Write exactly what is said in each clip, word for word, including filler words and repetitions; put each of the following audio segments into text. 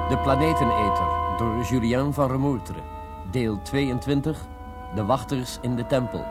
De Planeteneter door Julien van Remoetre. Deel tweeëntwintig. De wachters in de tempel.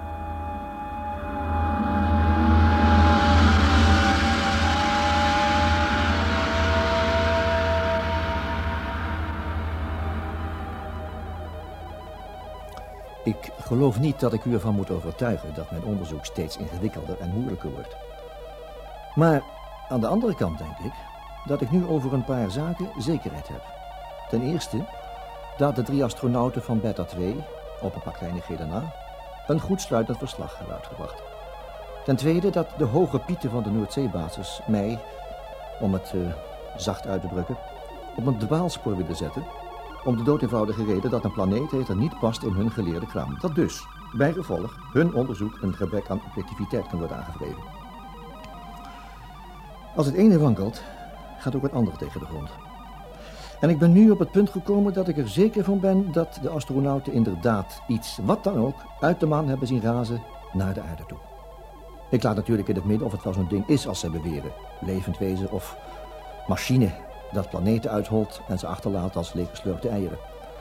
Ik geloof niet dat ik u ervan moet overtuigen dat mijn onderzoek steeds ingewikkelder en moeilijker wordt. Maar aan de andere kant denk ik dat ik nu over een paar zaken zekerheid heb. Ten eerste dat de drie astronauten van Beta twee, op een paar kleinigheden na, een goed sluitend verslag hebben uitgebracht. Ten tweede dat de hoge pieten van de Noordzeebasis mij, om het uh, zacht uit te drukken, op een dwaalspoor willen zetten, om de doodeenvoudige reden dat een planeeteter niet past in hun geleerde kraam. Dat dus, bij gevolg, hun onderzoek een gebrek aan objectiviteit kan worden aangevreven. Als het ene wankelt, gaat ook het andere tegen de grond. En ik ben nu op het punt gekomen dat ik er zeker van ben dat de astronauten inderdaad iets, wat dan ook, uit de maan hebben zien razen naar de aarde toe. Ik laat natuurlijk in het midden of het wel zo'n ding is als ze beweren. Levend wezen of machine dat planeten uitholt en ze achterlaat als leeggeslurpte eieren.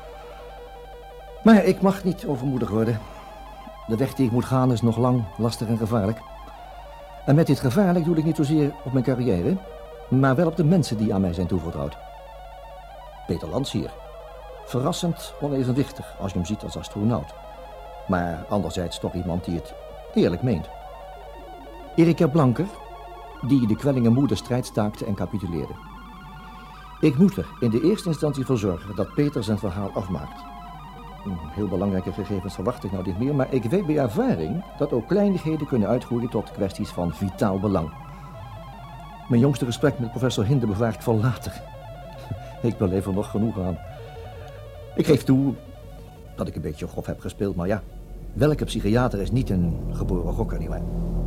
Maar ik mag niet overmoedig worden. De weg die ik moet gaan is nog lang, lastig en gevaarlijk. En met dit gevaarlijk doe ik niet zozeer op mijn carrière, maar wel op de mensen die aan mij zijn toevertrouwd. Peter Lans hier. Verrassend onevenwichtig als je hem ziet als astronaut. Maar anderzijds toch iemand die het eerlijk meent. Erika Blanker, die de kwellingen moeder strijd staakte en capituleerde. Ik moet er in de eerste instantie voor zorgen dat Peter zijn verhaal afmaakt. Heel belangrijke gegevens verwacht ik nou niet meer, maar ik weet bij ervaring dat ook kleinigheden kunnen uitgroeien tot kwesties van vitaal belang. Mijn jongste gesprek met professor Hinde bewaar ik voor later. Ik beleef er nog genoeg aan. Ik geef toe dat ik een beetje grof heb gespeeld, maar ja, welke psychiater is niet een geboren gokker, nietwaar?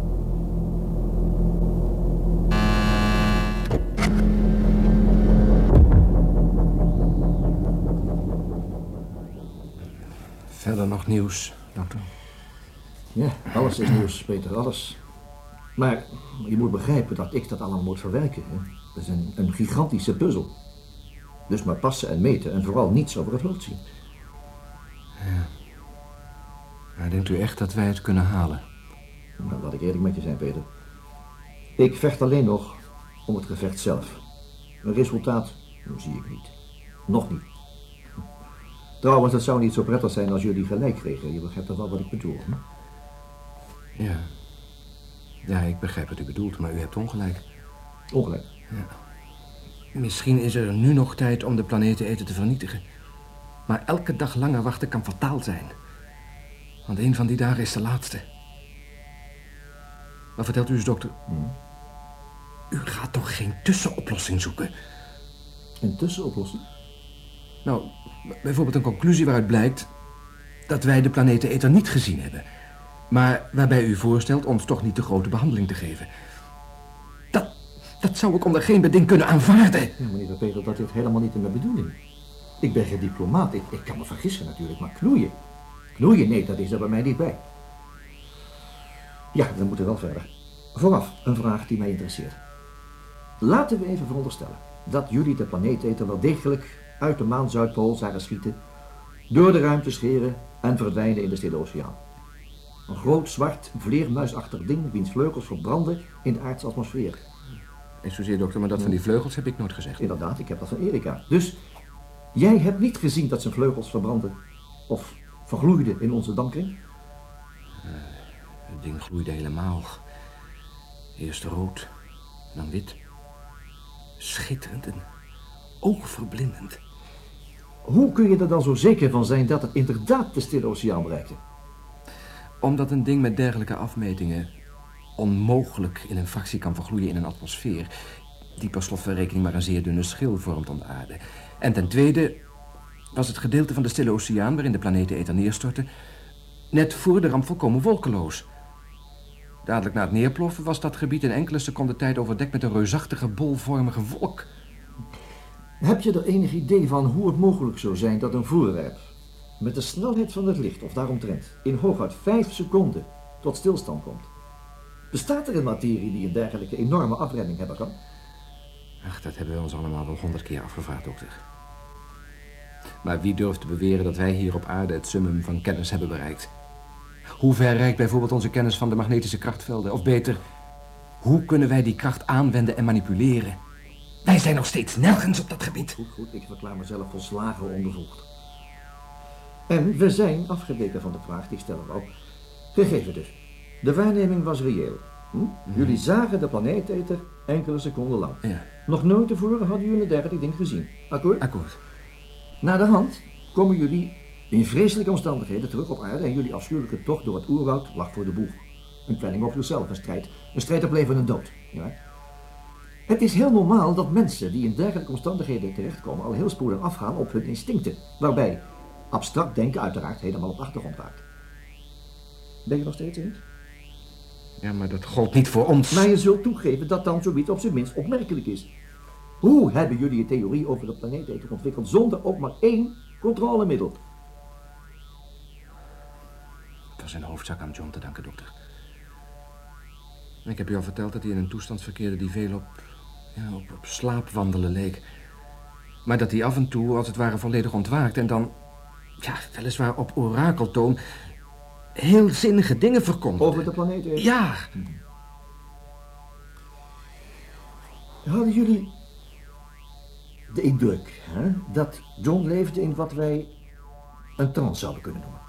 Verder nog nieuws, dokter? Ja, alles is nieuws, Peter, alles. Maar je moet begrijpen dat ik dat allemaal moet verwerken. Hè? Dat is een, een gigantische puzzel. Dus maar passen en meten en vooral niets over het hoofd zien. Ja. Maar denkt u echt dat wij het kunnen halen? Nou, laat ik eerlijk met je zijn, Peter. Ik vecht alleen nog om het gevecht zelf. Een resultaat, dat zie ik niet. Nog niet. Trouwens, het zou niet zo prettig zijn als jullie gelijk kregen. Je begrijpt toch wel wat ik bedoel, hè? Ja. Ja, ik begrijp wat u bedoelt, maar u hebt ongelijk. Ongelijk? Ja. Misschien is er nu nog tijd om de planeteneter te vernietigen. Maar elke dag langer wachten kan fataal zijn. Want een van die dagen is de laatste. Maar vertelt u eens, dokter. Hmm. U gaat toch geen tussenoplossing zoeken? Een tussenoplossing? Nou, bijvoorbeeld een conclusie waaruit blijkt dat wij de planeteneter niet gezien hebben. Maar waarbij u voorstelt ons toch niet de grote behandeling te geven. Dat, dat zou ik onder geen beding kunnen aanvaarden. Ja, meneer Peter, dat is helemaal niet in mijn bedoeling. Ik ben geen diplomaat. Ik, ik kan me vergissen natuurlijk, maar knoeien. Knoeien, nee, dat is er bij mij niet bij. Ja, we moeten wel verder. Vooraf een vraag die mij interesseert. Laten we even veronderstellen dat jullie de planeeteter wel degelijk uit de maan Zuidpool zagen schieten, door de ruimte scheren en verdwijnen in de Stille Oceaan. Een groot, zwart, vleermuisachtig ding wiens vleugels verbranden in de aardse atmosfeer. Excuseer, dokter, maar dat van die vleugels heb ik nooit gezegd. Inderdaad, ik heb dat van Erika. Dus jij hebt niet gezien dat zijn vleugels verbranden of vergloeiden in onze dampkring? Uh, het ding gloeide helemaal. Eerst rood, dan wit. Schitterend en oogverblindend. Hoe kun je er dan zo zeker van zijn dat het inderdaad de Stille Oceaan bereikte? Omdat een ding met dergelijke afmetingen onmogelijk in een fractie kan vergloeien in een atmosfeer, die per slot van rekening maar een zeer dunne schil vormt om de aarde. En ten tweede was het gedeelte van de Stille Oceaan waarin de planeteneter neerstortte net voor de ramp volkomen wolkeloos. Dadelijk na het neerploffen was dat gebied in enkele seconden tijd overdekt met een reusachtige bolvormige wolk. Heb je er enig idee van hoe het mogelijk zou zijn dat een voorwerp met de snelheid van het licht, of daaromtrent, in hooguit vijf seconden tot stilstand komt? Bestaat er een materie die een dergelijke enorme afredding hebben kan? Ach, dat hebben we ons allemaal wel honderd keer afgevraagd, dokter. Maar wie durft te beweren dat wij hier op aarde het summum van kennis hebben bereikt? Hoe ver reikt bijvoorbeeld onze kennis van de magnetische krachtvelden? Of beter, hoe kunnen wij die kracht aanwenden en manipuleren? Wij zijn nog steeds nergens op dat gebied. Goed, goed, ik verklaar mezelf volslagen onbevoegd. En we zijn afgeweken van de vraag die ik stel ook. Gegeven dus. De waarneming was reëel. Hm? Mm. Jullie zagen de planeeteter enkele seconden lang. Ja. Nog nooit tevoren hadden jullie een dergelijk ding gezien. Akkoord? Akkoord. Na de hand komen jullie in vreselijke omstandigheden terug op aarde en jullie afschuwelijke tocht door het oerwoud lag voor de boeg. Een kwelling op zichzelf, een strijd. Een strijd op leven en dood. Ja? Het is heel normaal dat mensen die in dergelijke omstandigheden terechtkomen al heel spoedig afgaan op hun instincten, waarbij abstract denken uiteraard helemaal op de achtergrond raakt. Ben je nog steeds eens? Ja, maar dat gold niet voor ons. Maar je zult toegeven dat dan zoiets op zijn minst opmerkelijk is. Hoe hebben jullie een theorie over de planeeteter ontwikkeld zonder ook maar één controlemiddel? Het was in hoofdzaak aan John te danken, dokter. Ik heb u al verteld dat hij in een toestand verkeerde die veel op, ja, op, op slaapwandelen leek. Maar dat hij af en toe als het ware volledig ontwaakt en dan, ja, weliswaar op orakeltoon, heel zinnige dingen verkondigde. Over de planeeteter? Ja. Hadden jullie de indruk, hè, dat John leefde in wat wij een trance zouden kunnen noemen?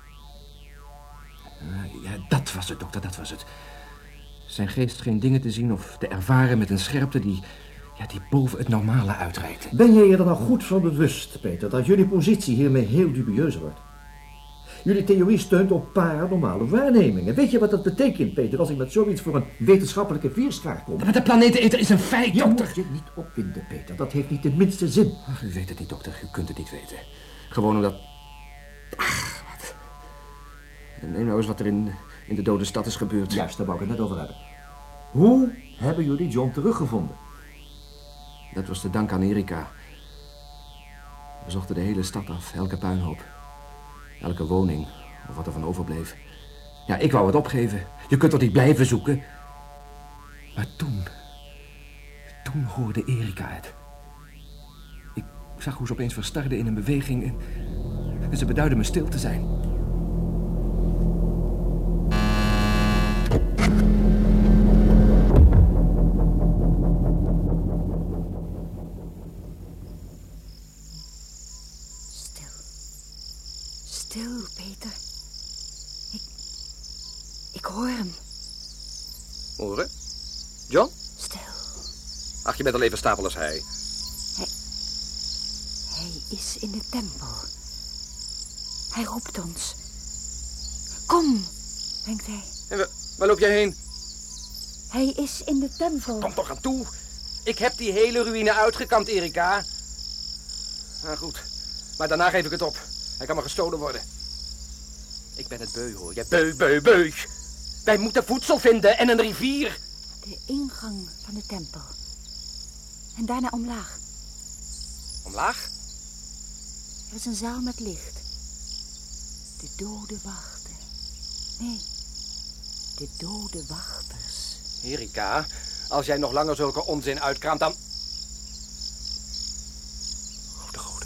Ja, dat was het, dokter, dat was het. Zijn geest scheen dingen te zien of te ervaren met een scherpte die, ja, die boven het normale uitreikte. Ben jij je er nou goed van bewust, Peter, dat jullie positie hiermee heel dubieus wordt? Jullie theorie steunt op paranormale waarnemingen. Weet je wat dat betekent, Peter, als ik met zoiets voor een wetenschappelijke vierschaar kom? Maar de planeeteter is een feit, je dokter. Je moet je niet opwinden, Peter. Dat heeft niet de minste zin. Ach, u weet het niet, dokter. U kunt het niet weten. Gewoon omdat... Ach, wat... Neem nou eens wat er in, in de dode stad is gebeurd. Juist, daar wou ik het net over hebben. Hoe hebben jullie John teruggevonden? Dat was te danken aan Erika. We zochten de hele stad af, elke puinhoop. Elke woning, of wat er van overbleef. Ja, ik wou het opgeven. Je kunt toch niet blijven zoeken? Maar toen... Toen hoorde Erika het. Ik zag hoe ze opeens verstarde in een beweging en, en ze beduidde me stil te zijn. Stil, Peter. Ik... Ik hoor hem. Horen? John? Stil. Ach, je bent al even stapel als hij. Hij... Hij is in de tempel. Hij roept ons. Kom, denkt hij. En waar, waar loop jij heen? Hij is in de tempel. Kom toch aan toe. Ik heb die hele ruïne uitgekampt, Erika. Nou goed, maar daarna geef ik het op. Hij kan maar gestolen worden. Ik ben het beu, hoor. Jij beu, beu, beu. Wij moeten voedsel vinden en een rivier. De ingang van de tempel. En daarna omlaag. Omlaag? Er is een zaal met licht. De dode wachten. Nee, de dode wachters. Erika, als jij nog langer zulke onzin uitkraamt, dan... Rode rode.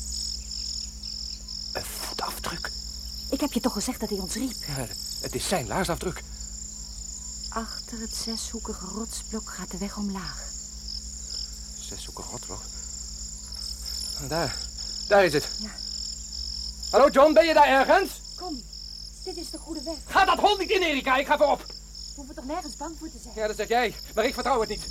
Een voetafdruk. Ik heb je toch gezegd dat hij ons riep? Ja, het is zijn laarsafdruk. Achter het zeshoekige rotsblok gaat de weg omlaag. Zeshoekige rotsblok? Daar, daar is het. Ja. Hallo John, ben je daar ergens? Kom, dit is de goede weg. Ga dat hond niet in, Erika, ik ga voorop. We hoeven toch nergens bang voor te zijn? Ja, dat zeg jij, maar ik vertrouw het niet.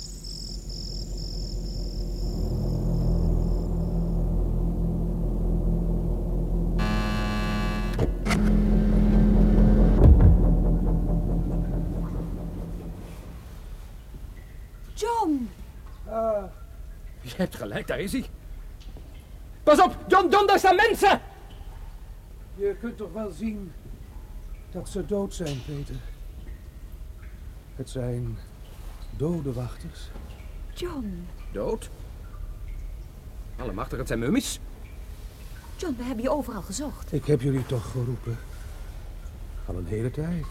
John! Uh, je hebt gelijk, daar is hij. Pas op, John, John, daar staan mensen! Je kunt toch wel zien dat ze dood zijn, Peter. Het zijn dode wachters. John! Dood? Allemachtig, het zijn mummies. John, we hebben je overal gezocht. Ik heb jullie toch geroepen. Al een hele tijd.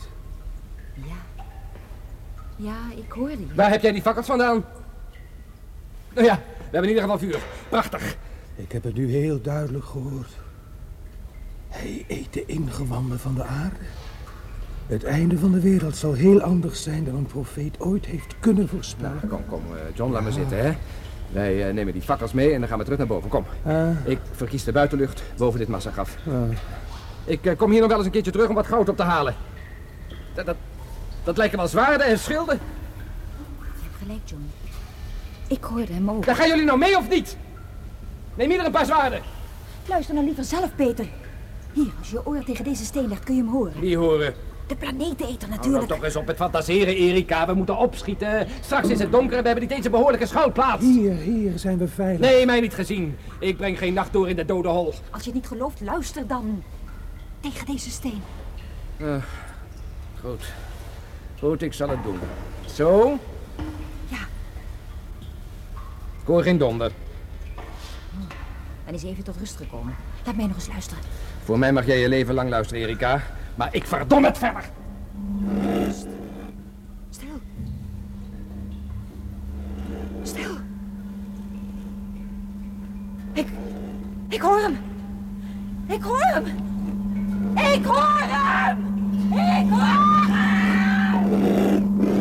Ja. Ja, ik hoorde je. Waar heb jij die fakkels vandaan? Nou ja, hebben in ieder geval vuur. Prachtig. Ik heb het nu heel duidelijk gehoord. Hij eet de ingewanden van de aarde. Het einde van de wereld zal heel anders zijn dan een profeet ooit heeft kunnen voorspellen. Nou, kom, kom, uh, John, laat me zitten, hè. Wij uh, nemen die fakkels mee en dan gaan we terug naar boven. Kom. Uh. Ik verkies de buitenlucht boven dit massagraf. Uh. Ik uh, kom hier nog wel eens een keertje terug om wat goud op te halen. Dat, dat, dat lijken wel zwaarden en schilden. Je hebt gelijk, John. Ik hoorde hem ook. Daar gaan jullie nou mee of niet? Neem ieder een paar zwaarden. Luister nou liever zelf, Peter. Hier, als je je oor tegen deze steen legt, kun je hem horen. Wie horen? De planeteneter Hou natuurlijk. nou toch eens op met fantaseren, Erika. We moeten opschieten. Straks is het donker en we hebben niet eens een behoorlijke schuilplaats. Hier, hier zijn we veilig. Nee, mij niet gezien. Ik breng geen nacht door in de dode hol. Als je het niet gelooft, luister dan. Tegen deze steen. Uh, goed. Goed, ik zal het doen. Zo. Ja. Ik hoor geen donder. Oh, dan is even tot rust gekomen. Laat mij nog eens luisteren. Voor mij mag jij je leven lang luisteren, Erika. Maar ik verdom het verder. Stil. Stil. Stil. Ik... Ik hoor hem. Ik hoor hem. Ik hoor hem. Ik hoor hem.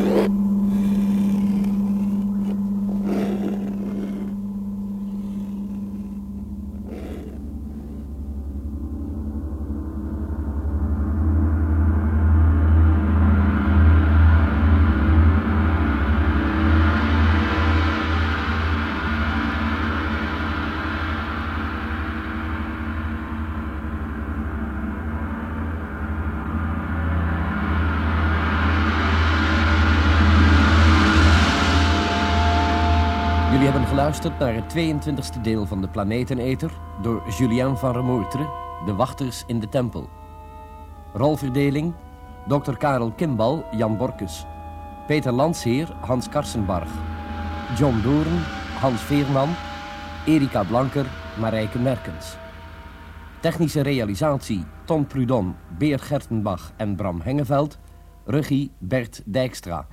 Jullie hebben geluisterd naar het tweeëntwintigste deel van de Planeteneter door Julien van Remoetre, De Wachters in de Tempel. Rolverdeling: dokter Karel Kimbal, Jan Borkus. Peter Landsheer, Hans Karsenbarg. John Doorn, Hans Veerman. Erika Blanker, Marijke Merkens. Technische realisatie: Tom Prudon, Beert Gertenbach en Bram Hengeveld. Regie: Bert Dijkstra.